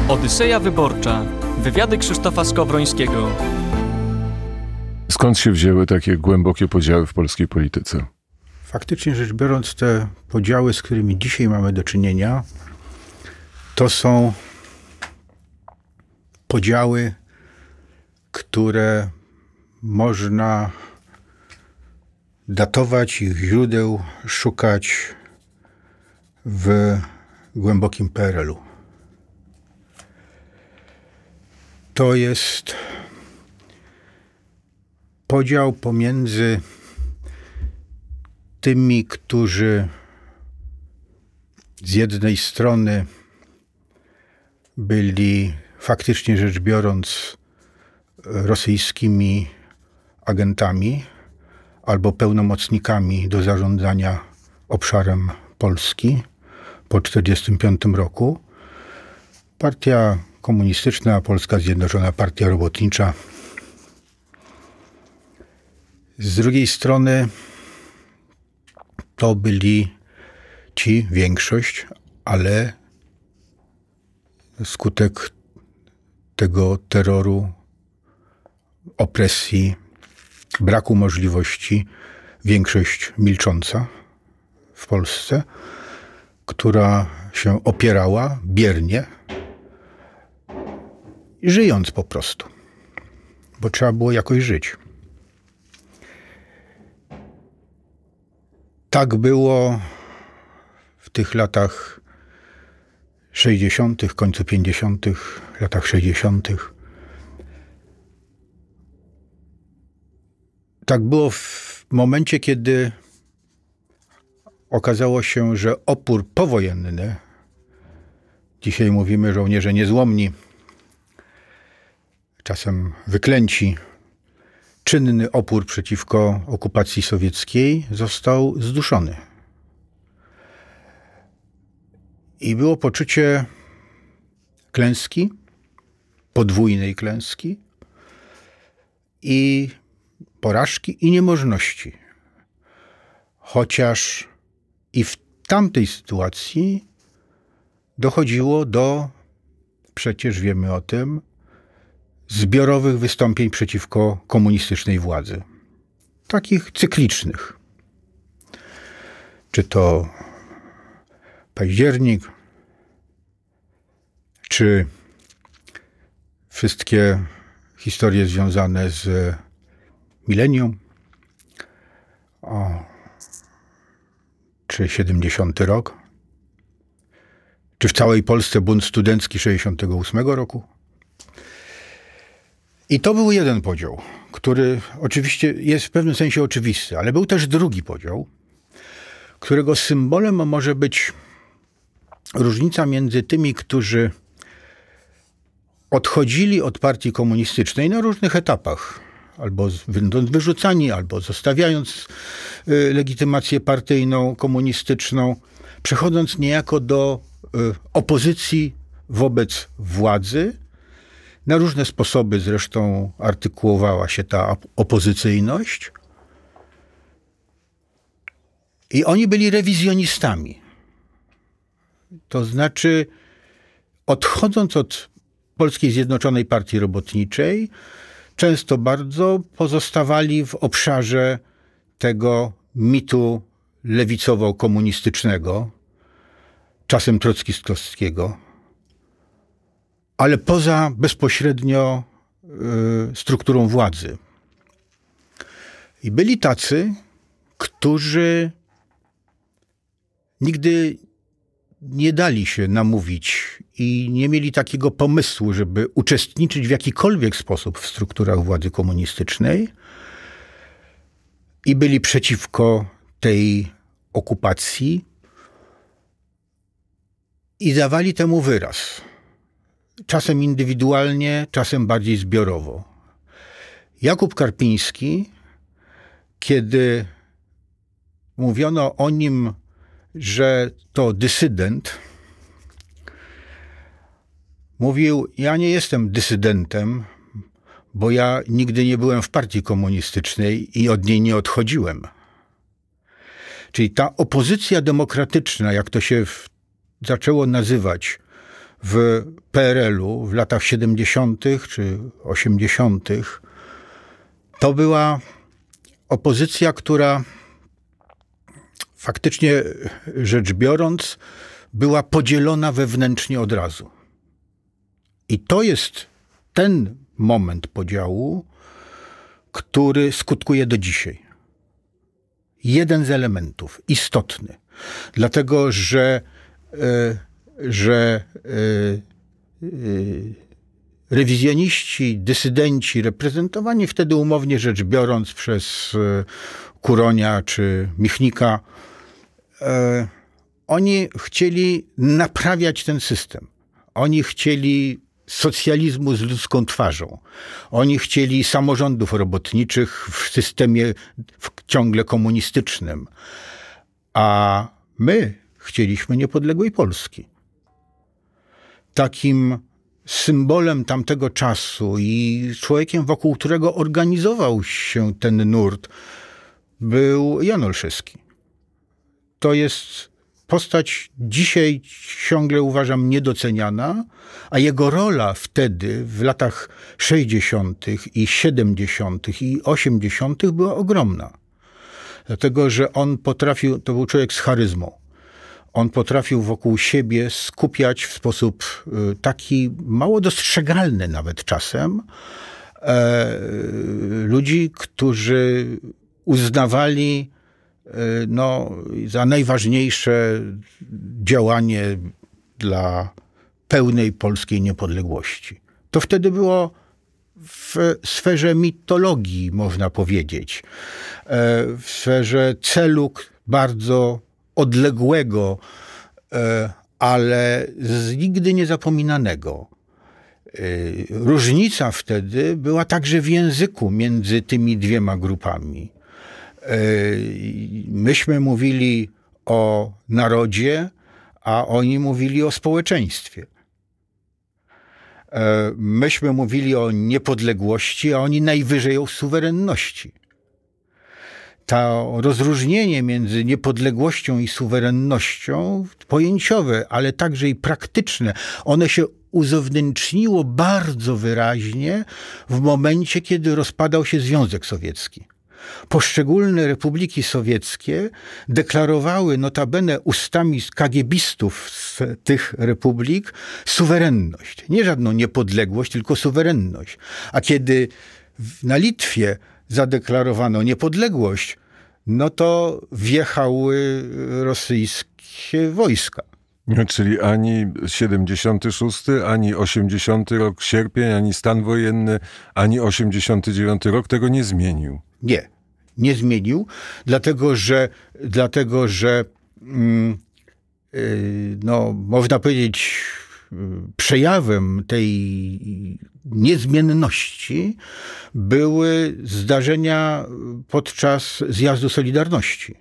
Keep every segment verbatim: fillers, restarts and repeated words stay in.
Odyseja Wyborcza. Wywiady Krzysztofa Skowrońskiego. Skąd się wzięły takie głębokie podziały w polskiej polityce? Faktycznie rzecz biorąc, te podziały, z którymi dzisiaj mamy do czynienia, to są podziały, które można datować, ich źródeł szukać w głębokim P R L u. To jest podział pomiędzy tymi, którzy z jednej strony byli faktycznie rzecz biorąc rosyjskimi agentami albo pełnomocnikami do zarządzania obszarem Polski po tysiąc dziewięćset czterdziestym piątym roku. Partia Komunistyczna, Polska Zjednoczona Partia Robotnicza. Z drugiej strony to byli ci, większość, ale skutek tego terroru, opresji, braku możliwości, większość milcząca w Polsce, która się opierała biernie, żyjąc po prostu, bo trzeba było jakoś żyć. Tak było w tych latach sześćdziesiątych, końcu pięćdziesiątych, latach sześćdziesiątych. Tak było w momencie, kiedy okazało się, że opór powojenny, dzisiaj mówimy żołnierze niezłomni, czasem wyklęci, czynny opór przeciwko okupacji sowieckiej został zduszony. I było poczucie klęski, podwójnej klęski i porażki i niemożności. Chociaż i w tamtej sytuacji dochodziło do, przecież wiemy o tym, zbiorowych wystąpień przeciwko komunistycznej władzy. Takich cyklicznych. Czy to październik, czy wszystkie historie związane z milenium, o, czy siedemdziesiąty rok, czy w całej Polsce bunt studencki sześćdziesiątego ósmego roku. I to był jeden podział, który oczywiście jest w pewnym sensie oczywisty, ale był też drugi podział, którego symbolem może być różnica między tymi, którzy odchodzili od partii komunistycznej na różnych etapach, albo będąc wyrzucani, albo zostawiając legitymację partyjną, komunistyczną, przechodząc niejako do opozycji wobec władzy. Na różne sposoby zresztą artykułowała się ta opozycyjność. I oni byli rewizjonistami. To znaczy, odchodząc od Polskiej Zjednoczonej Partii Robotniczej, często bardzo pozostawali w obszarze tego mitu lewicowo-komunistycznego, czasem trockistowskiego, ale poza bezpośrednio y, strukturą władzy. I byli tacy, którzy nigdy nie dali się namówić i nie mieli takiego pomysłu, żeby uczestniczyć w jakikolwiek sposób w strukturach władzy komunistycznej i byli przeciwko tej okupacji i dawali temu wyraz. Czasem indywidualnie, czasem bardziej zbiorowo. Jakub Karpiński, kiedy mówiono o nim, że to dysydent, mówił: ja nie jestem dysydentem, bo ja nigdy nie byłem w partii komunistycznej i od niej nie odchodziłem. Czyli ta opozycja demokratyczna, jak to się w, zaczęło nazywać w P R L-u w latach siedemdziesiątych czy osiemdziesiątych to była opozycja, która faktycznie rzecz biorąc była podzielona wewnętrznie od razu. I to jest ten moment podziału, który skutkuje do dzisiaj. Jeden z elementów, istotny. Dlatego, że, że rewizjoniści, dysydenci, reprezentowani wtedy umownie rzecz biorąc przez Kuronia czy Michnika, oni chcieli naprawiać ten system. Oni chcieli socjalizmu z ludzką twarzą. Oni chcieli samorządów robotniczych w systemie ciągle komunistycznym. A my chcieliśmy niepodległej Polski. Takim symbolem tamtego czasu i człowiekiem, wokół którego organizował się ten nurt, był Jan Olszewski. To jest postać dzisiaj ciągle uważam niedoceniana, a jego rola wtedy w latach sześćdziesiątych i siedemdziesiątych i osiemdziesiątych była ogromna. Dlatego, że on potrafił, to był człowiek z charyzmą. On potrafił wokół siebie skupiać w sposób taki mało dostrzegalny nawet czasem e, ludzi, którzy uznawali no, za najważniejsze działanie dla pełnej polskiej niepodległości. To wtedy było w sferze mitologii, można powiedzieć, w sferze celu bardzo odległego, ale nigdy niezapominanego. Różnica wtedy była także w języku między tymi dwiema grupami. Myśmy mówili o narodzie, a oni mówili o społeczeństwie. Myśmy mówili o niepodległości, a oni najwyżej o suwerenności. To rozróżnienie między niepodległością i suwerennością, pojęciowe, ale także i praktyczne, one się uzewnętrzniło bardzo wyraźnie w momencie, kiedy rozpadał się Związek Sowiecki. Poszczególne republiki sowieckie deklarowały notabene ustami kagiebistów z tych republik suwerenność. Nie żadną niepodległość, tylko suwerenność. A kiedy na Litwie zadeklarowano niepodległość, no to wjechały rosyjskie wojska. Czyli ani siedemdziesiąty szósty, ani osiemdziesiąty rok sierpień, ani stan wojenny, ani osiemdziesiąty dziewiąty rok tego nie zmienił. Nie, nie zmienił, dlatego że, dlatego, że mm, yy, no, można powiedzieć, przejawem tej niezmienności były zdarzenia podczas Zjazdu Solidarności.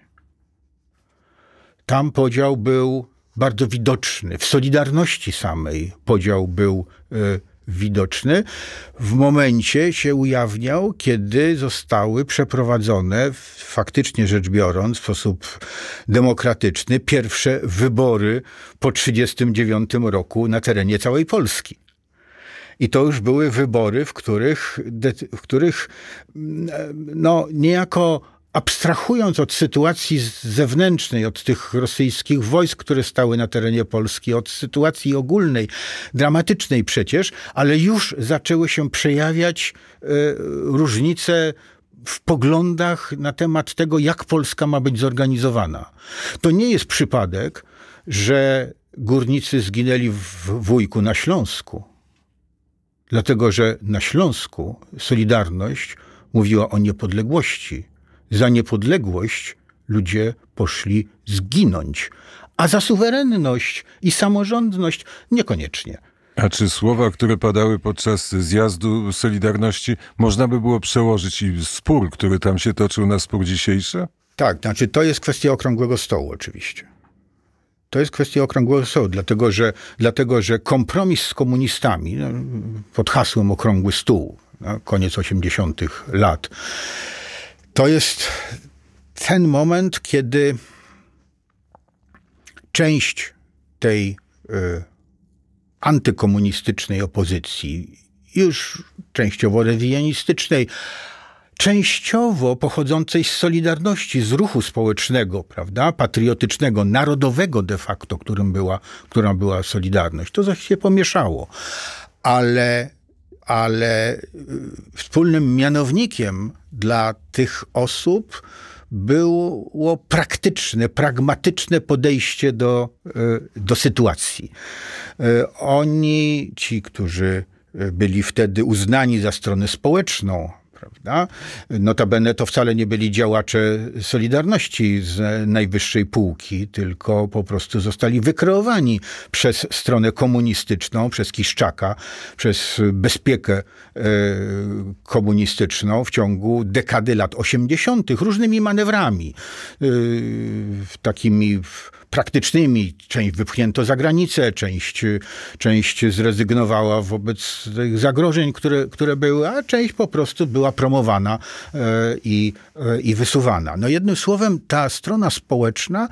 Tam podział był bardzo widoczny. W Solidarności samej podział był y, widoczny. W momencie się ujawniał, kiedy zostały przeprowadzone, faktycznie rzecz biorąc, w sposób demokratyczny, pierwsze wybory po trzydziestym dziewiątym roku na terenie całej Polski. I to już były wybory, w których, w których no, niejako abstrahując od sytuacji zewnętrznej, od tych rosyjskich wojsk, które stały na terenie Polski, od sytuacji ogólnej, dramatycznej przecież, ale już zaczęły się przejawiać y, różnice w poglądach na temat tego, jak Polska ma być zorganizowana. To nie jest przypadek, że górnicy zginęli w Wujku na Śląsku. Dlatego, że na Śląsku Solidarność mówiła o niepodległości. Za niepodległość ludzie poszli zginąć, a za suwerenność i samorządność niekoniecznie. A czy słowa, które padały podczas Zjazdu Solidarności, można by było przełożyć i spór, który tam się toczył, na spór dzisiejszy? Tak, znaczy to jest kwestia okrągłego stołu oczywiście. To jest kwestia okrągłego stołu, dlatego że, dlatego, że kompromis z komunistami, no, pod hasłem Okrągły Stół, no, koniec osiemdziesiątych lat, to jest ten moment, kiedy część tej y, antykomunistycznej opozycji, już częściowo rewijanistycznej, częściowo pochodzącej z Solidarności, z ruchu społecznego, prawda, patriotycznego, narodowego de facto, którym była, którą była Solidarność. To zaś się pomieszało. Ale, ale wspólnym mianownikiem dla tych osób było praktyczne, pragmatyczne podejście do, do sytuacji. Oni, ci, którzy byli wtedy uznani za stronę społeczną, prawda? Notabene to wcale nie byli działacze Solidarności z najwyższej półki, tylko po prostu zostali wykreowani przez stronę komunistyczną, przez Kiszczaka, przez bezpiekę e, komunistyczną w ciągu dekady lat osiemdziesiątych różnymi manewrami, e, takimi praktycznymi. Część wypchnięto za granicę, część, część zrezygnowała wobec tych zagrożeń, które, które były, a część po prostu była promowana e, i, e, i wysuwana. No jednym słowem, ta strona społeczna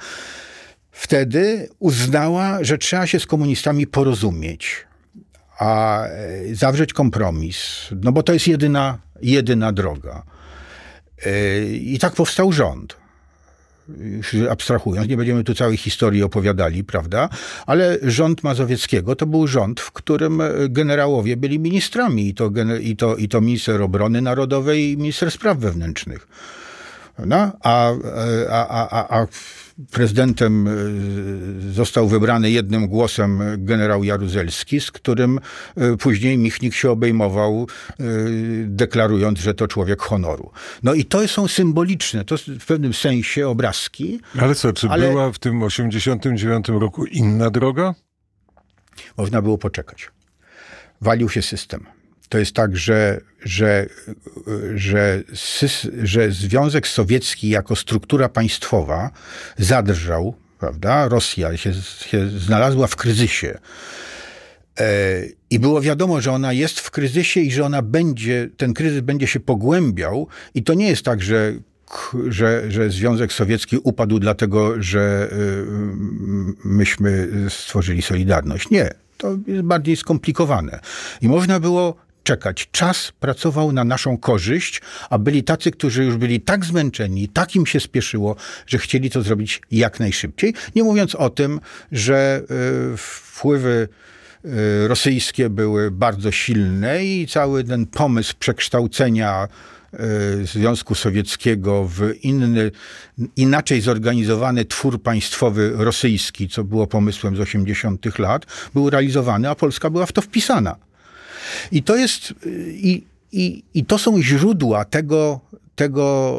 wtedy uznała, że trzeba się z komunistami porozumieć, a e, zawrzeć kompromis, no bo to jest jedyna, jedyna droga. E, I tak powstał rząd. Już abstrahując, nie będziemy tu całej historii opowiadali, prawda? Ale rząd Mazowieckiego to był rząd, w którym generałowie byli ministrami i to, i to, i to minister obrony narodowej i minister spraw wewnętrznych. No, a, a, a, a prezydentem został wybrany jednym głosem generał Jaruzelski, z którym później Michnik się obejmował, deklarując, że to człowiek honoru. No i to są symboliczne, to w pewnym sensie obrazki. Ale co, czy ale... była w tym osiemdziesiątym dziewiątym roku inna droga? Można było poczekać. Walił się system. To jest tak, że, że, że, że Związek Sowiecki jako struktura państwowa zadrżał, prawda? Rosja się, się znalazła w kryzysie. I było wiadomo, że ona jest w kryzysie i że ona będzie, ten kryzys będzie się pogłębiał. I to nie jest tak, że Że, że Związek Sowiecki upadł dlatego, że myśmy stworzyli Solidarność. Nie, to jest bardziej skomplikowane. I można było czekać. Czas pracował na naszą korzyść, a byli tacy, którzy już byli tak zmęczeni, tak im się spieszyło, że chcieli to zrobić jak najszybciej. Nie mówiąc o tym, że wpływy rosyjskie były bardzo silne i cały ten pomysł przekształcenia Związku Sowieckiego w inny, inaczej zorganizowany twór państwowy rosyjski, co było pomysłem z osiemdziesiątych lat, był realizowany, a Polska była w to wpisana. I to jest, i, i, i to są źródła tego, tego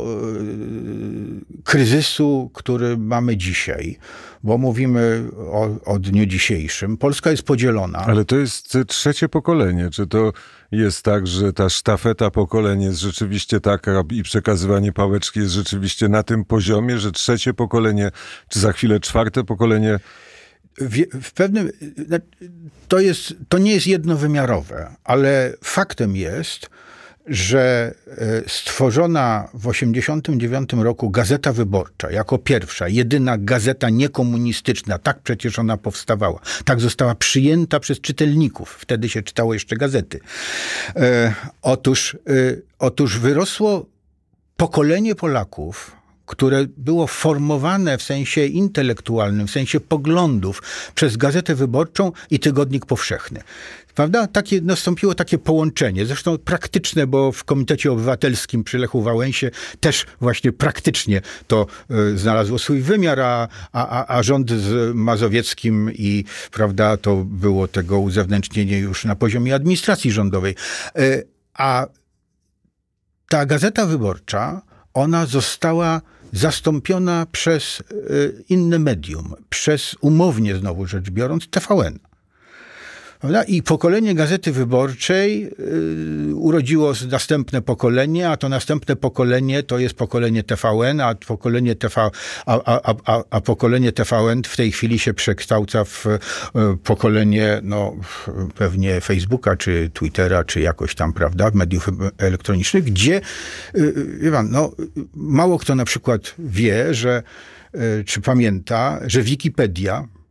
kryzysu, który mamy dzisiaj, bo mówimy o, o dniu dzisiejszym. Polska jest podzielona. Ale to jest trzecie pokolenie. Czy to jest tak, że ta sztafeta pokoleń jest rzeczywiście taka i przekazywanie pałeczki jest rzeczywiście na tym poziomie, że trzecie pokolenie, czy za chwilę czwarte pokolenie... W, w pewnym... To, jest, to nie jest jednowymiarowe, ale faktem jest, że stworzona w osiemdziesiątym dziewiątym roku Gazeta Wyborcza, jako pierwsza, jedyna gazeta niekomunistyczna, tak przecież ona powstawała, tak została przyjęta przez czytelników, wtedy się czytało jeszcze gazety. E, otóż, e, otóż wyrosło pokolenie Polaków, które było formowane w sensie intelektualnym, w sensie poglądów przez Gazetę Wyborczą i Tygodnik Powszechny. Prawda? Takie, nastąpiło takie połączenie, zresztą praktyczne, bo w Komitecie Obywatelskim przy Lechu Wałęsie też właśnie praktycznie to y, znalazło swój wymiar, a, a, a rząd z Mazowieckim i prawda, to było tego uzewnętrznienie już na poziomie administracji rządowej. Y, a ta Gazeta Wyborcza, ona została zastąpiona przez y, inne medium, przez umownie znowu rzecz biorąc T V N. Prawda? I pokolenie Gazety Wyborczej yy, urodziło następne pokolenie, a to następne pokolenie to jest pokolenie T V N, a pokolenie, T V, a, a, a, a pokolenie T V N w tej chwili się przekształca w y, pokolenie no, pewnie Facebooka, czy Twittera, czy jakoś tam, prawda, mediów elektronicznych, gdzie yy, wie pan, no, mało kto na przykład wie, że, yy, czy pamięta, że Wikipedia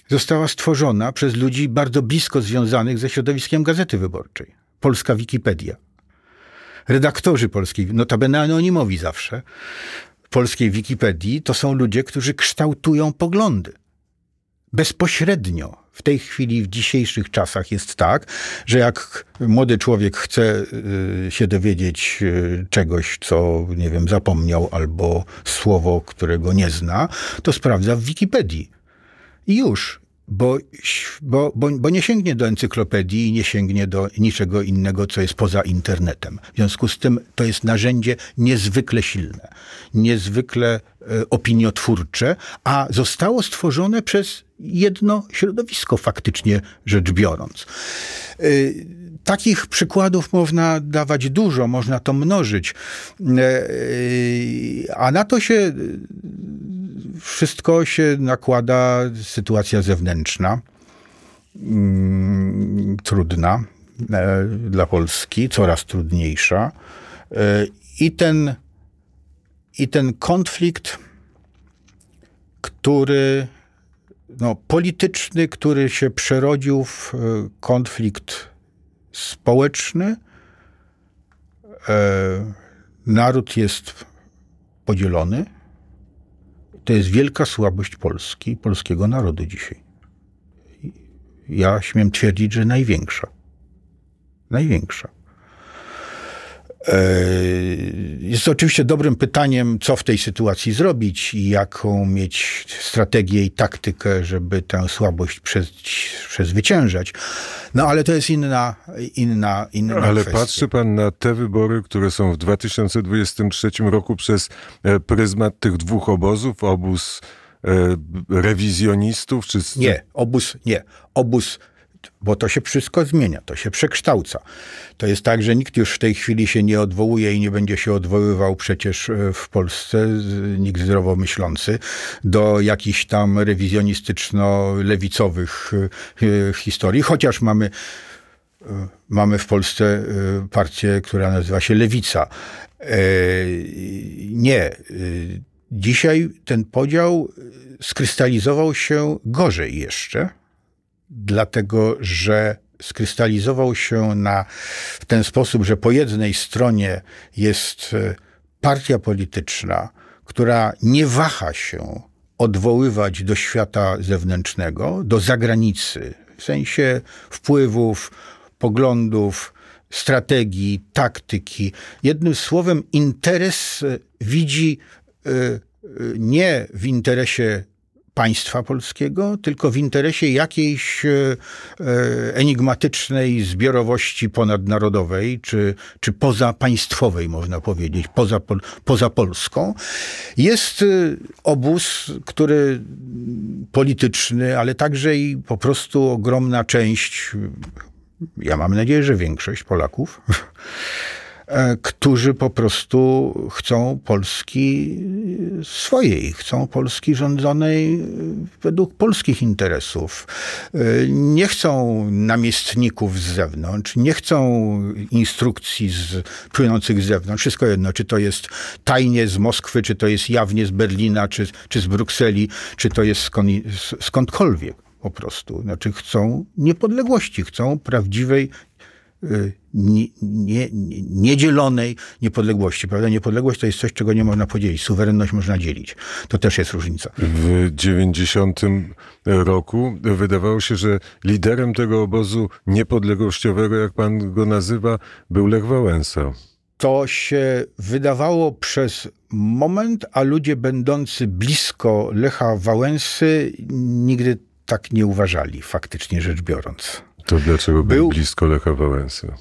została stworzona przez ludzi bardzo blisko związanych ze środowiskiem Gazety Wyborczej. Polska Wikipedia. Redaktorzy polskiej, notabene anonimowi zawsze, polskiej Wikipedii, to są ludzie, którzy kształtują poglądy. Bezpośrednio. W tej chwili, w dzisiejszych czasach jest tak, że jak młody człowiek chce się dowiedzieć czegoś, co, nie wiem, zapomniał, albo słowo, którego nie zna, to sprawdza w Wikipedii. I już. Bo, bo, bo, bo nie sięgnie do encyklopedii i nie sięgnie do niczego innego, co jest poza internetem. W związku z tym to jest narzędzie niezwykle silne, niezwykle e, opiniotwórcze, a zostało stworzone przez jedno środowisko, faktycznie rzecz biorąc. E, takich przykładów można dawać dużo, można to mnożyć, e, e, a na to się wszystko się nakłada sytuacja zewnętrzna, mm, trudna e, dla Polski, coraz trudniejsza. E, i, ten, I ten konflikt, który no, polityczny, który się przerodził w e, konflikt społeczny. E, naród jest podzielony. To jest wielka słabość Polski, polskiego narodu dzisiaj. Ja śmiem twierdzić, że największa. Największa. Jest oczywiście dobrym pytaniem, co w tej sytuacji zrobić i jaką mieć strategię i taktykę, żeby tę słabość przezwyciężać. No ale to jest inna, inna, inna Ale kwestia. patrzy pan na te wybory, które są w dwa tysiące dwudziestym trzecim roku przez pryzmat tych dwóch obozów, obóz rewizjonistów? Czy... Nie, obóz nie. Obóz, bo to się wszystko zmienia, to się przekształca. To jest tak, że nikt już w tej chwili się nie odwołuje i nie będzie się odwoływał przecież w Polsce, nikt zdrowo myślący, do jakichś tam rewizjonistyczno-lewicowych historii, chociaż mamy, mamy w Polsce partię, która nazywa się Lewica. Nie. Dzisiaj ten podział skrystalizował się gorzej jeszcze, dlatego że skrystalizował się na, w ten sposób, że po jednej stronie jest partia polityczna, która nie waha się odwoływać do świata zewnętrznego, do zagranicy, w sensie wpływów, poglądów, strategii, taktyki. Jednym słowem, interes widzi nie w interesie państwa polskiego, tylko w interesie jakiejś enigmatycznej zbiorowości ponadnarodowej, czy, czy pozapaństwowej, można powiedzieć, poza, poza Polską. Jest obóz, który polityczny, ale także i po prostu ogromna część, ja mam nadzieję, że większość Polaków, którzy po prostu chcą Polski swojej, chcą Polski rządzonej według polskich interesów. Nie chcą namiestników z zewnątrz, nie chcą instrukcji z, płynących z zewnątrz. Wszystko jedno, czy to jest tajnie z Moskwy, czy to jest jawnie z Berlina, czy, czy z Brukseli, czy to jest skąd, skądkolwiek po prostu. Znaczy chcą niepodległości, chcą prawdziwej Nie, nie, niedzielonej niepodległości. Prawda? Niepodległość to jest coś, czego nie można podzielić. Suwerenność można dzielić. To też jest różnica. W dziewięćdziesiątym roku wydawało się, że liderem tego obozu niepodległościowego, jak pan go nazywa, był Lech Wałęsa. To się wydawało przez moment, a ludzie będący blisko Lecha Wałęsy nigdy tak nie uważali, faktycznie rzecz biorąc. To dlaczego był, był blisko Lecha Wałęsy?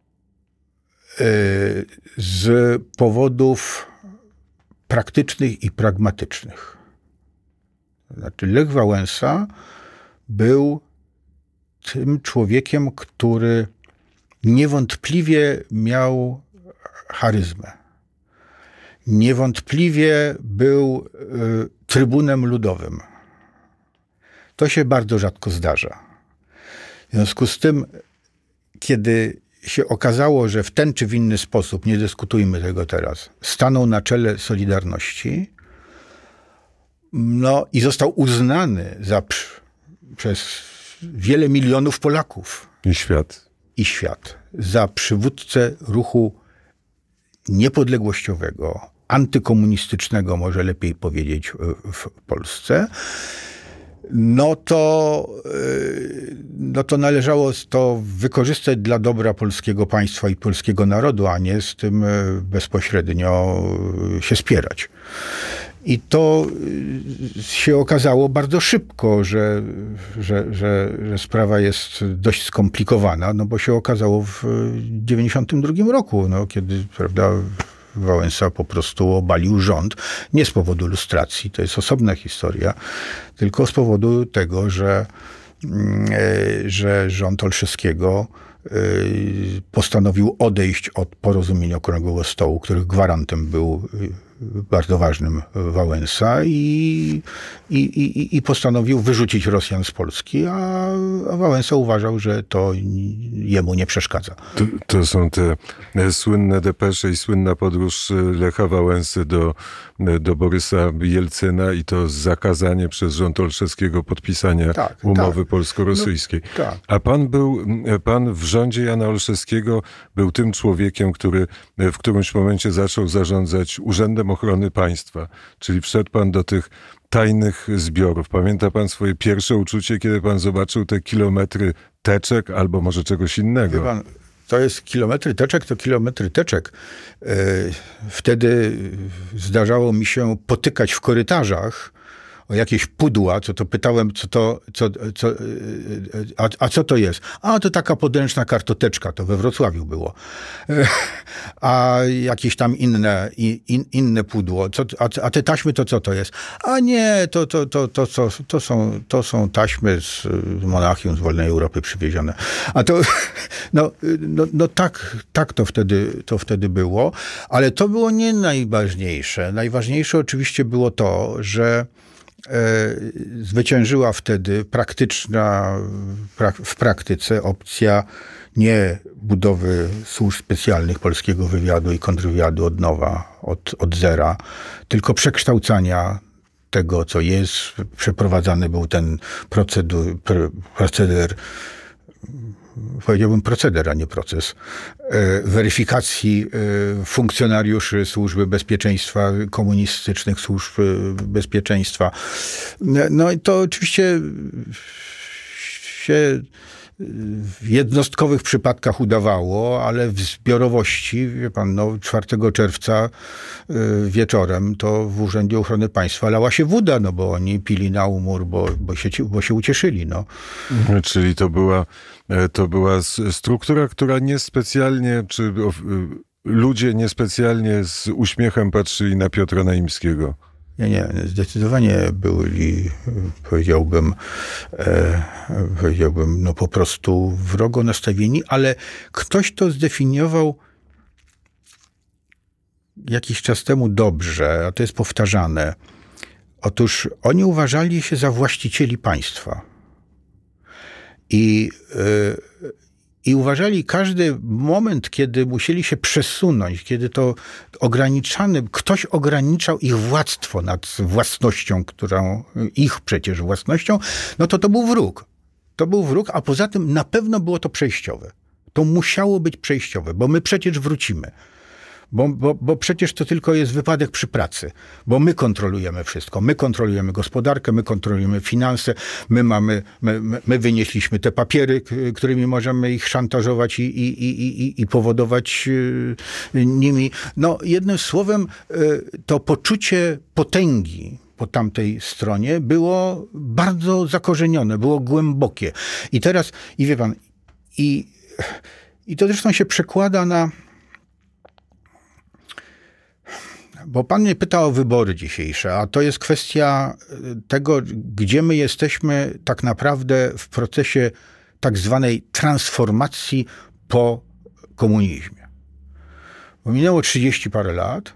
Z powodów praktycznych i pragmatycznych. Znaczy Lech Wałęsa był tym człowiekiem, który niewątpliwie miał charyzmę. Niewątpliwie był trybunem ludowym. To się bardzo rzadko zdarza. W związku z tym, kiedy się okazało, że w ten czy w inny sposób, nie dyskutujmy tego teraz, stanął na czele Solidarności, no i został uznany za przez wiele milionów Polaków I świat. i świat za przywódcę ruchu niepodległościowego, antykomunistycznego, może lepiej powiedzieć, w Polsce, no to, no to należało to wykorzystać dla dobra polskiego państwa i polskiego narodu, a nie z tym bezpośrednio się spierać. I to się okazało bardzo szybko, że, że, że, że sprawa jest dość skomplikowana, no bo się okazało w dziewięćdziesiątym drugim roku, no, kiedy, prawda, Wałęsa po prostu obalił rząd. Nie z powodu lustracji, to jest osobna historia, tylko z powodu tego, że, że rząd Olszewskiego postanowił odejść od porozumienia Okrągłego Stołu, których gwarantem był bardzo ważnym Wałęsa i, i, i, i postanowił wyrzucić Rosjan z Polski, a, a Wałęsa uważał, że to jemu nie przeszkadza. To, to są te słynne depesze i słynna podróż Lecha Wałęsy do, do Borysa Jelcyna i to zakazanie przez rząd Olszewskiego podpisania tak, umowy tak. polsko-rosyjskiej. No, tak. A pan był, pan w rządzie Jana Olszewskiego był tym człowiekiem, który w którymś momencie zaczął zarządzać Urzędem Ochrony Państwa, czyli wszedł pan do tych tajnych zbiorów. Pamięta pan swoje pierwsze uczucie, kiedy pan zobaczył te kilometry teczek albo może czegoś innego? Wie pan, to jest kilometry teczek, to kilometry teczek. Wtedy zdarzało mi się potykać w korytarzach o jakieś pudła, co to pytałem, co to, co, co, a, a co to jest? A to taka podręczna kartoteczka, to we Wrocławiu było. A jakieś tam inne, in, inne pudło. Co, a, a te taśmy to co to jest? A nie, to, to, to, to, to, to, są, to są taśmy z Monachium, z wolnej Europy przywiezione. A to, no, no, no tak, tak to wtedy, to wtedy było, ale to było nie najważniejsze. Najważniejsze oczywiście było to, że zwyciężyła wtedy praktyczna, w praktyce opcja nie budowy służb specjalnych polskiego wywiadu i kontrwywiadu od nowa, od, od zera, tylko przekształcania tego, co jest. Przeprowadzany był ten procedur, proceder, powiedziałbym proceder, a nie proces, weryfikacji funkcjonariuszy służby bezpieczeństwa, komunistycznych służb bezpieczeństwa. No i to oczywiście się w jednostkowych przypadkach udawało, ale w zbiorowości, wie pan, no czwartego czerwca wieczorem to w Urzędzie Ochrony Państwa lała się woda, no bo oni pili na umór, bo, bo, się, bo się ucieszyli, no. Czyli to była, to była struktura, która niespecjalnie, czy ludzie niespecjalnie z uśmiechem patrzyli na Piotra Naimskiego. Nie, nie, zdecydowanie byli, powiedziałbym, e, powiedziałbym, no po prostu wrogo nastawieni, ale ktoś to zdefiniował jakiś czas temu dobrze, a to jest powtarzane. Otóż oni uważali się za właścicieli państwa. I e, I uważali każdy moment, kiedy musieli się przesunąć, kiedy to ograniczany, ktoś ograniczał ich władztwo nad własnością, którą, ich przecież własnością, no to to był wróg. To był wróg, a poza tym na pewno było to przejściowe. To musiało być przejściowe, bo my przecież wrócimy. Bo, bo, bo przecież to tylko jest wypadek przy pracy, bo my kontrolujemy wszystko. My kontrolujemy gospodarkę, my kontrolujemy finanse, my mamy, my, my wynieśliśmy te papiery, którymi możemy ich szantażować i, i, i, i, i powodować nimi. No, jednym słowem, to poczucie potęgi po tamtej stronie było bardzo zakorzenione, było głębokie. I teraz, i wie pan, i, i to zresztą się przekłada na... Bo pan mnie pyta o wybory dzisiejsze, a to jest kwestia tego, gdzie my jesteśmy tak naprawdę w procesie tak zwanej transformacji po komunizmie. Bo minęło trzydzieści parę lat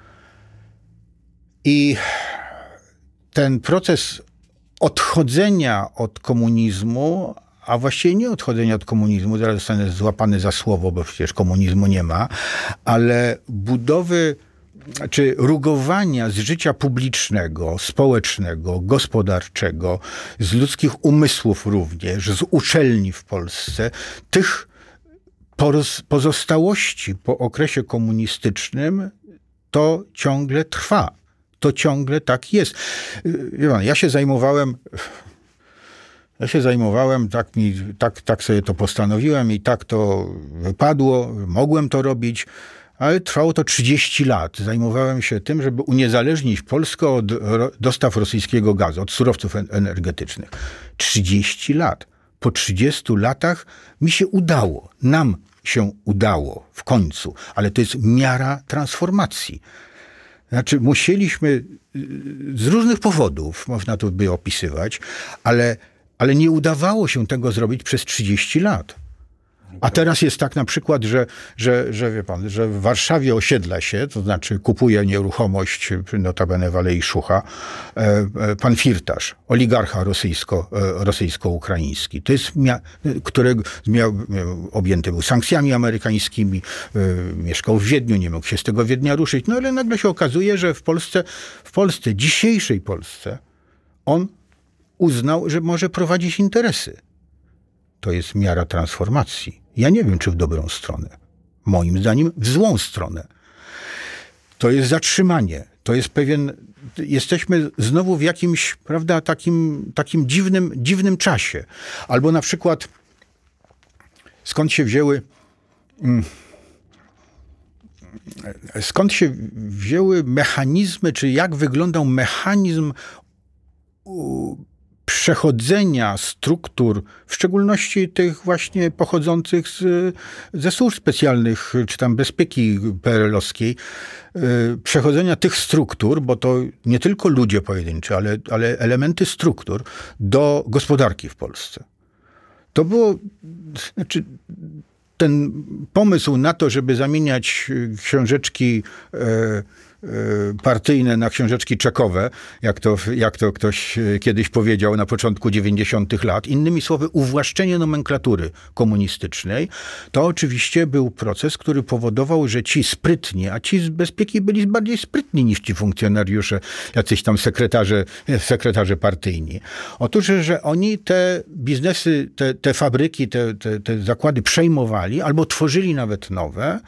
i ten proces odchodzenia od komunizmu, a właściwie nie odchodzenia od komunizmu, zaraz zostanę złapany za słowo, bo przecież komunizmu nie ma, ale budowy czy rugowania z życia publicznego, społecznego, gospodarczego, z ludzkich umysłów również, z uczelni w Polsce, tych pozostałości po okresie komunistycznym, to ciągle trwa. To ciągle tak jest. Wie pan, ja się zajmowałem, ja się zajmowałem, tak, mi, tak, tak sobie to postanowiłem i tak to wypadło, mogłem to robić, ale trwało to trzydzieści lat. Zajmowałem się tym, żeby uniezależnić Polskę od ro- dostaw rosyjskiego gazu, od surowców energetycznych. trzydzieści lat. Po trzydziestu latach mi się udało, nam się udało w końcu, ale to jest miara transformacji. Znaczy, musieliśmy z różnych powodów, można to by opisywać, ale, ale nie udawało się tego zrobić przez trzydzieści lat. A teraz jest tak na przykład, że, że, że wie pan, że w Warszawie osiedla się, to znaczy kupuje nieruchomość, notabene w Alei Szucha, pan Firtasz, oligarcha rosyjsko, rosyjsko-ukraiński, to jest, mia, który miał, objęty był sankcjami amerykańskimi, mieszkał w Wiedniu, nie mógł się z tego Wiednia ruszyć, no ale nagle się okazuje, że w Polsce, w Polsce, dzisiejszej Polsce, on uznał, że może prowadzić interesy. To jest miara transformacji. Ja nie wiem, czy w dobrą stronę. Moim zdaniem w złą stronę. To jest zatrzymanie. To jest pewien... Jesteśmy znowu w jakimś, prawda, takim, takim dziwnym, dziwnym czasie. Albo na przykład skąd się wzięły... Skąd się wzięły mechanizmy, czy jak wyglądał mechanizm przechodzenia struktur, w szczególności tych właśnie pochodzących z, ze służb specjalnych, czy tam bezpieki P R L-owskiej, przechodzenia tych struktur, bo to nie tylko ludzie pojedynczy, ale, ale elementy struktur do gospodarki w Polsce. To było, znaczy ten pomysł na to, żeby zamieniać książeczki partyjne na książeczki czekowe, jak to, jak to ktoś kiedyś powiedział na początku dziewięćdziesiątych lat. Innymi słowy, uwłaszczenie nomenklatury komunistycznej, to oczywiście był proces, który powodował, że ci sprytni, a ci z bezpieki byli bardziej sprytni niż ci funkcjonariusze, jacyś tam sekretarze, sekretarze partyjni. Otóż, że oni te biznesy, te, te fabryki, te, te, te zakłady przejmowali albo tworzyli nawet nowe,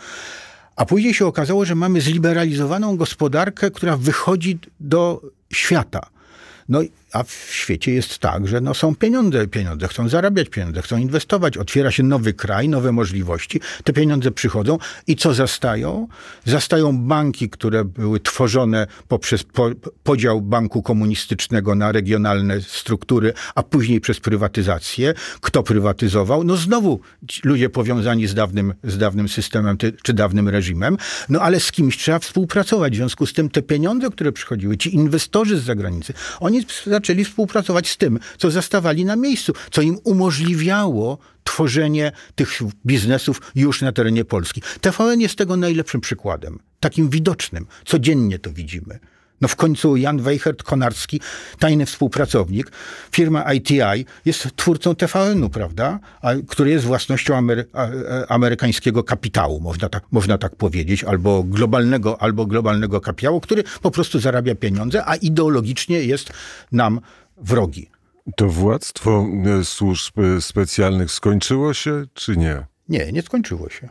a później się okazało, że mamy zliberalizowaną gospodarkę, która wychodzi do świata. No, a w świecie jest tak, że no są pieniądze, pieniądze chcą zarabiać, pieniądze chcą inwestować, otwiera się nowy kraj, nowe możliwości, te pieniądze przychodzą i co zastają? Zastają banki, które były tworzone poprzez po, podział banku komunistycznego na regionalne struktury, a później przez prywatyzację. Kto prywatyzował? No znowu ludzie powiązani z dawnym, z dawnym systemem ty, czy dawnym reżimem, no ale z kimś trzeba współpracować. W związku z tym te pieniądze, które przychodziły, ci inwestorzy z zagranicy, oni zaczęli współpracować z tym, co zastawali na miejscu, co im umożliwiało tworzenie tych biznesów już na terenie Polski. T V N jest tego najlepszym przykładem, takim widocznym. Codziennie to widzimy. No w końcu Jan Weichert-Konarski, tajny współpracownik, firma I T I jest twórcą T V N-u, prawda? A, który jest własnością amery- a, a, amerykańskiego kapitału, można tak, można tak powiedzieć, albo globalnego, albo globalnego kapitału, który po prostu zarabia pieniądze, a ideologicznie jest nam wrogi. To władztwo służb specjalnych skończyło się, czy nie? Nie, nie skończyło się.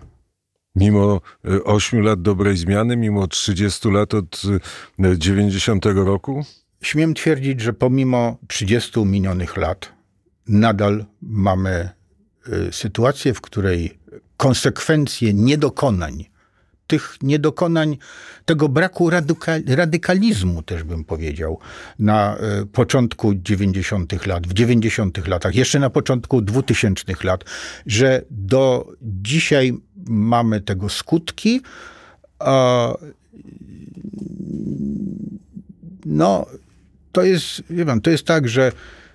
Mimo ośmiu lat dobrej zmiany, mimo trzydziestu lat od dziewięćdziesiątego roku? Śmiem twierdzić, że pomimo trzydziestu minionych lat nadal mamy sytuację, w której konsekwencje niedokonań, tych niedokonań, tego braku radyka- radykalizmu też bym powiedział, na y, początku dziewięćdziesiątych lat, w dziewięćdziesiątych latach, jeszcze na początku dwutysięcznych lat, że do dzisiaj mamy tego skutki. A, no, to jest, wie pan, to jest tak, że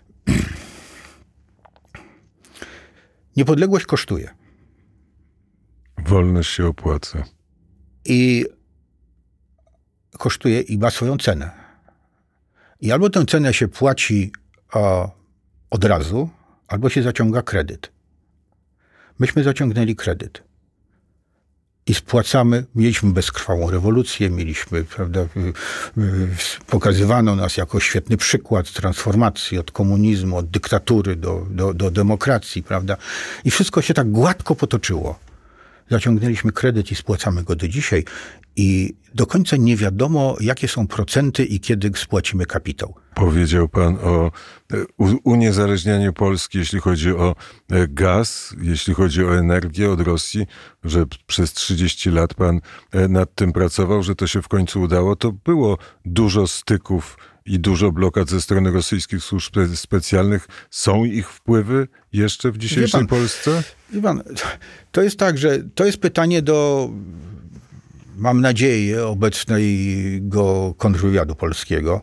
niepodległość kosztuje. Wolność się opłaca. I kosztuje i ma swoją cenę. I albo tę cenę się płaci o, od razu, albo się zaciąga kredyt. Myśmy zaciągnęli kredyt. i spłacamy. Mieliśmy bezkrwawą rewolucję, mieliśmy, prawda, pokazywano nas jako świetny przykład transformacji od komunizmu, od dyktatury do, do, do demokracji, prawda? I wszystko się tak gładko potoczyło. Zaciągnęliśmy kredyt i spłacamy go do dzisiaj. I do końca nie wiadomo, jakie są procenty i kiedy spłacimy kapitał. Powiedział pan o uniezależnianiu Polski, jeśli chodzi o gaz, jeśli chodzi o energię od Rosji, że przez trzydzieści lat pan nad tym pracował, że to się w końcu udało. To było dużo styków i dużo blokad ze strony rosyjskich służb specjalnych. Są ich wpływy jeszcze w dzisiejszej Wie pan, Polsce? Wie pan, to jest tak, że to jest pytanie do, mam nadzieję, obecnego kontrwywiadu polskiego.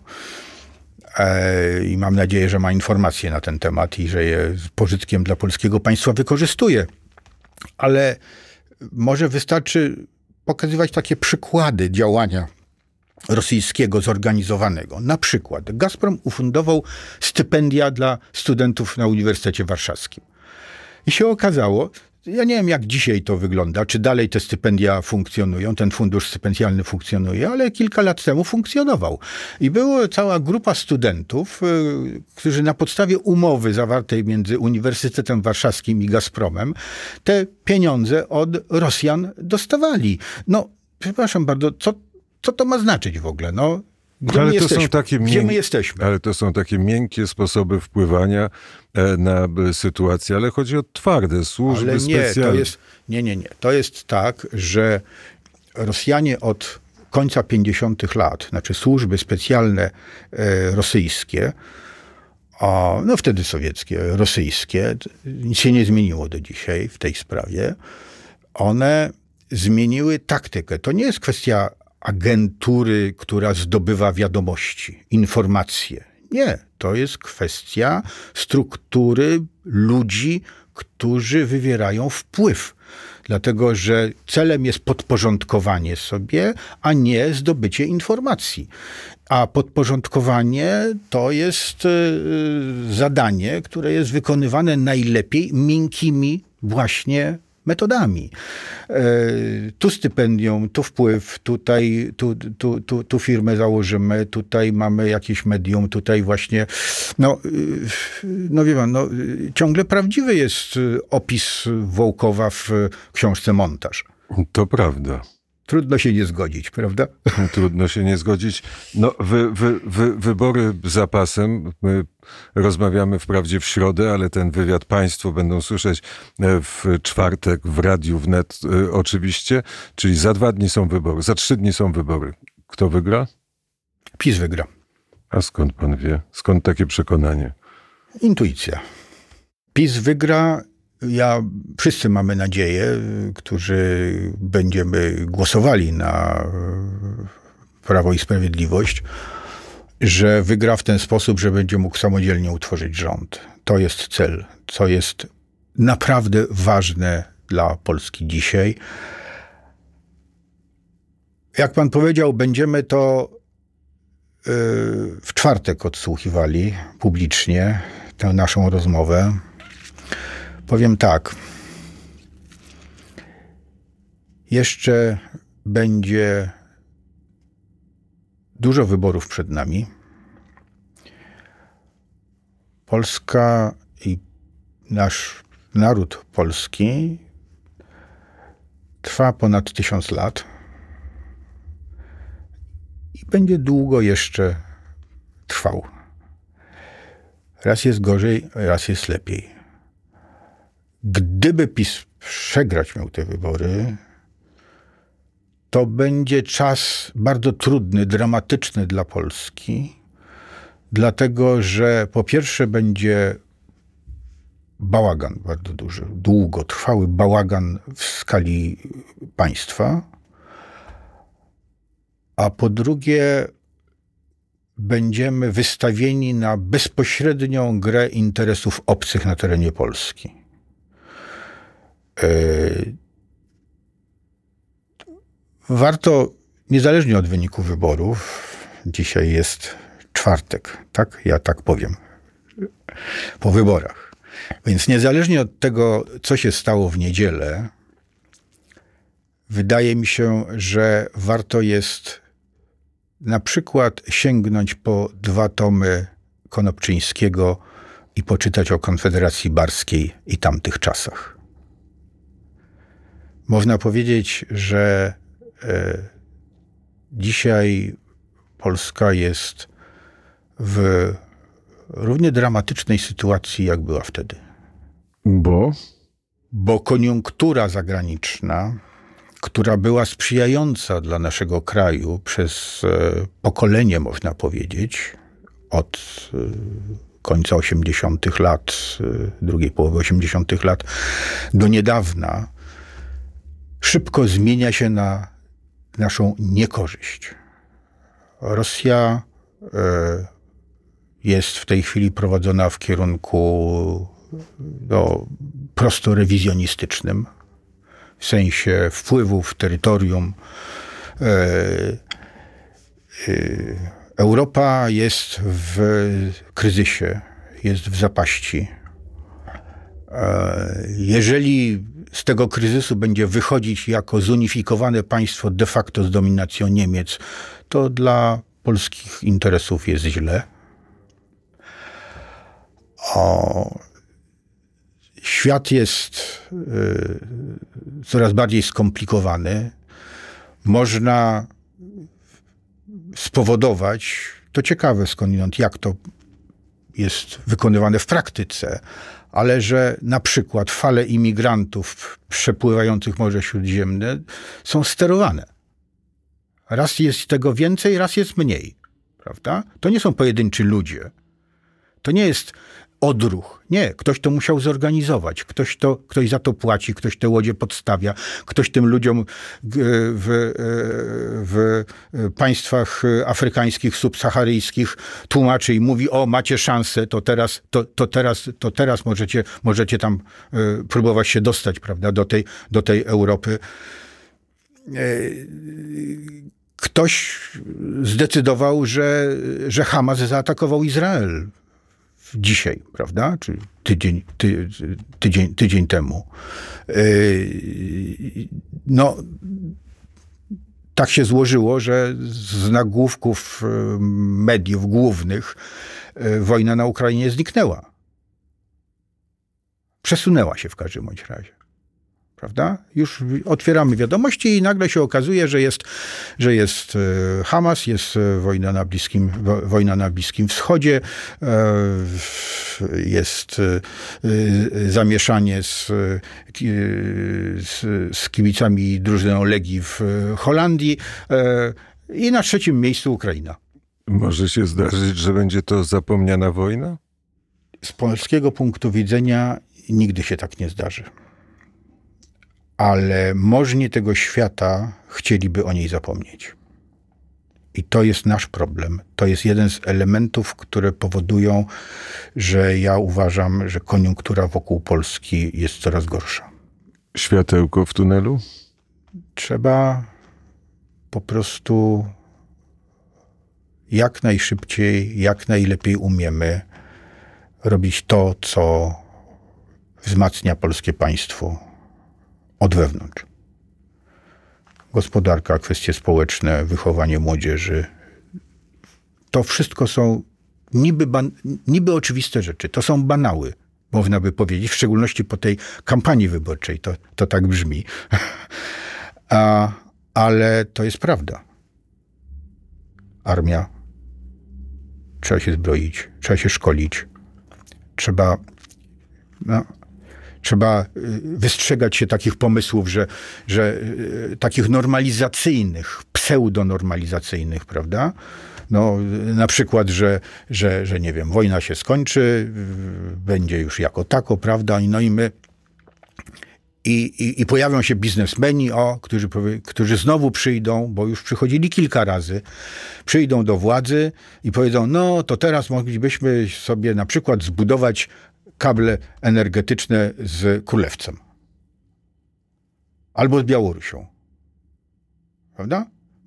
I mam nadzieję, że ma informacje na ten temat i że je z pożytkiem dla polskiego państwa wykorzystuje. Ale może wystarczy pokazywać takie przykłady działania rosyjskiego zorganizowanego. Na przykład Gazprom ufundował stypendia dla studentów na Uniwersytecie Warszawskim. I się okazało, ja nie wiem, jak dzisiaj to wygląda, czy dalej te stypendia funkcjonują, ten fundusz stypendialny funkcjonuje, ale kilka lat temu funkcjonował. I była cała grupa studentów, y, którzy na podstawie umowy zawartej między Uniwersytetem Warszawskim i Gazpromem te pieniądze od Rosjan dostawali. No, przepraszam bardzo, co, co to ma znaczyć w ogóle? No, Gdzie, ale my to jesteśmy? Są takie Gdzie mięk... my jesteśmy? Ale to są takie miękkie sposoby wpływania na sytuację, ale chodzi o twarde służby ale nie, specjalne. To jest, nie, nie, nie. To jest tak, że Rosjanie od końca pięćdziesiątych lat, znaczy służby specjalne e, rosyjskie, a, no wtedy sowieckie, rosyjskie, nic się nie zmieniło do dzisiaj w tej sprawie, one zmieniły taktykę. To nie jest kwestia agentury, która zdobywa wiadomości, informacje. Nie, to jest kwestia struktury ludzi, którzy wywierają wpływ. Dlatego, że celem jest podporządkowanie sobie, a nie zdobycie informacji. A podporządkowanie to jest zadanie, które jest wykonywane najlepiej miękkimi właśnie metodami. Tu stypendium, tu wpływ, tutaj tu, tu, tu, tu firmę założymy, tutaj mamy jakieś medium, tutaj właśnie, no, no wie pan, no, ciągle prawdziwy jest opis Wołkowa w książce Montaż. To prawda. Trudno się nie zgodzić, prawda? Trudno się nie zgodzić. No, wy, wy, wy, wybory za pasem. My rozmawiamy wprawdzie w środę, ale ten wywiad państwo będą słyszeć w czwartek w radiu wnet oczywiście. Czyli za dwa dni są wybory, za trzy dni są wybory. Kto wygra? PiS wygra. A skąd pan wie? Skąd takie przekonanie? Intuicja. PiS wygra. Ja, wszyscy mamy nadzieję, którzy będziemy głosowali na Prawo i Sprawiedliwość, że wygra w ten sposób, że będzie mógł samodzielnie utworzyć rząd. To jest cel, co jest naprawdę ważne dla Polski dzisiaj. Jak pan powiedział, będziemy to w czwartek odsłuchiwali publicznie, tę naszą rozmowę. Powiem tak. Jeszcze będzie dużo wyborów przed nami. Polska i nasz naród polski trwa ponad tysiąc lat i będzie długo jeszcze trwał. Raz jest gorzej, raz jest lepiej. Gdyby PiS przegrać miał te wybory, to będzie czas bardzo trudny, dramatyczny dla Polski, dlatego że po pierwsze będzie bałagan bardzo duży, długotrwały bałagan w skali państwa, a po drugie będziemy wystawieni na bezpośrednią grę interesów obcych na terenie Polski. Warto, niezależnie od wyniku wyborów, dzisiaj jest czwartek, tak? Ja tak powiem, po wyborach. Więc niezależnie od tego, co się stało w niedzielę, wydaje mi się, że warto jest na przykład sięgnąć po dwa tomy Konopczyńskiego i poczytać o Konfederacji Barskiej i tamtych czasach. Można powiedzieć, że e, dzisiaj Polska jest w równie dramatycznej sytuacji, jak była wtedy. Bo? Bo koniunktura zagraniczna, która była sprzyjająca dla naszego kraju przez e, pokolenie, można powiedzieć, od e, końca osiemdziesiątych lat, e, drugiej połowy osiemdziesiątych lat do niedawna, szybko zmienia się na naszą niekorzyść. Rosja e, jest w tej chwili prowadzona w kierunku no, prosto rewizjonistycznym, w sensie wpływów, terytorium. E, e, Europa jest w kryzysie, jest w zapaści. E, jeżeli z tego kryzysu będzie wychodzić jako zunifikowane państwo de facto z dominacją Niemiec, to dla polskich interesów jest źle. O, świat jest y, coraz bardziej skomplikowany. Można spowodować, to ciekawe skądinąd, jak to jest wykonywane w praktyce, ale że na przykład fale imigrantów przepływających Morze Śródziemne są sterowane. Raz jest tego więcej, raz jest mniej. Prawda? To nie są pojedynczy ludzie. To nie jest odruch. Nie, ktoś to musiał zorganizować. Ktoś, to, ktoś za to płaci, ktoś te łodzie podstawia, ktoś tym ludziom w, w państwach afrykańskich, subsaharyjskich tłumaczy i mówi: o, macie szansę, to teraz, to, to teraz, to teraz możecie, możecie tam próbować się dostać, prawda, do tej, do tej Europy. Ktoś zdecydował, że, że Hamas zaatakował Izrael dzisiaj, prawda? Czy tydzień, ty, tydzień, tydzień temu. No, tak się złożyło, że z nagłówków mediów głównych wojna na Ukrainie zniknęła. Przesunęła się w każdym bądź razie. Prawda? Już otwieramy wiadomości i nagle się okazuje, że jest, że jest Hamas, jest wojna na Bliskim, wojna na Bliskim Wschodzie, jest zamieszanie z, z, z kibicami drużyną Legii w Holandii i na trzecim miejscu Ukraina. Może się zdarzyć, że będzie to zapomniana wojna? Z polskiego punktu widzenia nigdy się tak nie zdarzy. Ale możni tego świata chcieliby o niej zapomnieć. I to jest nasz problem. To jest jeden z elementów, które powodują, że ja uważam, że koniunktura wokół Polski jest coraz gorsza. Światełko w tunelu? Trzeba po prostu jak najszybciej, jak najlepiej umiemy robić to, co wzmacnia polskie państwo od wewnątrz. Gospodarka, kwestie społeczne, wychowanie młodzieży. To wszystko są niby, ban- niby oczywiste rzeczy. To są banały, można by powiedzieć, w szczególności po tej kampanii wyborczej. To, to tak brzmi. A, ale to jest prawda. Armia. Trzeba się zbroić, trzeba się szkolić. Trzeba... No, Trzeba wystrzegać się takich pomysłów, że, że takich normalizacyjnych, pseudonormalizacyjnych, prawda? No, na przykład, że, że, że nie wiem, wojna się skończy, będzie już jako tako, prawda? No i my i, i, i pojawią się biznesmeni, o, którzy, którzy znowu przyjdą, bo już przychodzili kilka razy, przyjdą do władzy i powiedzą: no to teraz moglibyśmy sobie na przykład zbudować kable energetyczne z Królewcem. Albo z Białorusią. Prawda?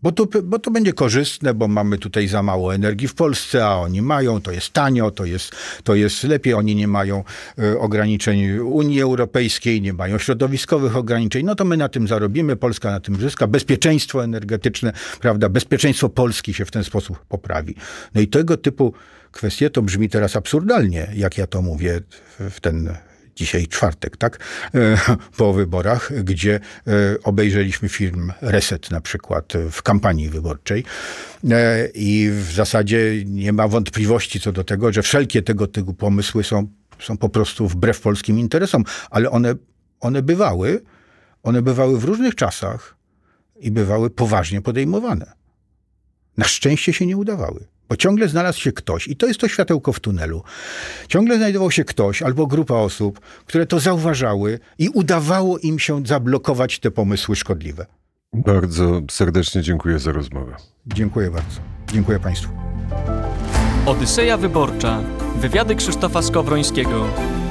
Bo to, bo to będzie korzystne, bo mamy tutaj za mało energii w Polsce, a oni mają, to jest tanio, to jest, to jest lepiej, oni nie mają y, ograniczeń Unii Europejskiej, nie mają środowiskowych ograniczeń, no to my na tym zarobimy, Polska na tym zyska, bezpieczeństwo energetyczne, prawda, bezpieczeństwo Polski się w ten sposób poprawi. No i tego typu kwestie to brzmi teraz absurdalnie, jak ja to mówię w ten dzisiaj czwartek, tak? Po wyborach, gdzie obejrzeliśmy film Reset na przykład w kampanii wyborczej i w zasadzie nie ma wątpliwości co do tego, że wszelkie tego typu pomysły są, są po prostu wbrew polskim interesom, ale one, one bywały, one bywały w różnych czasach i bywały poważnie podejmowane. Na szczęście się nie udawały. Bo ciągle znalazł się ktoś, i to jest to światełko w tunelu, ciągle znajdował się ktoś albo grupa osób, które to zauważały i udawało im się zablokować te pomysły szkodliwe. Bardzo serdecznie dziękuję za rozmowę. Dziękuję bardzo. Dziękuję Państwu. Odyseja Wyborcza. Wywiady Krzysztofa Skowrońskiego.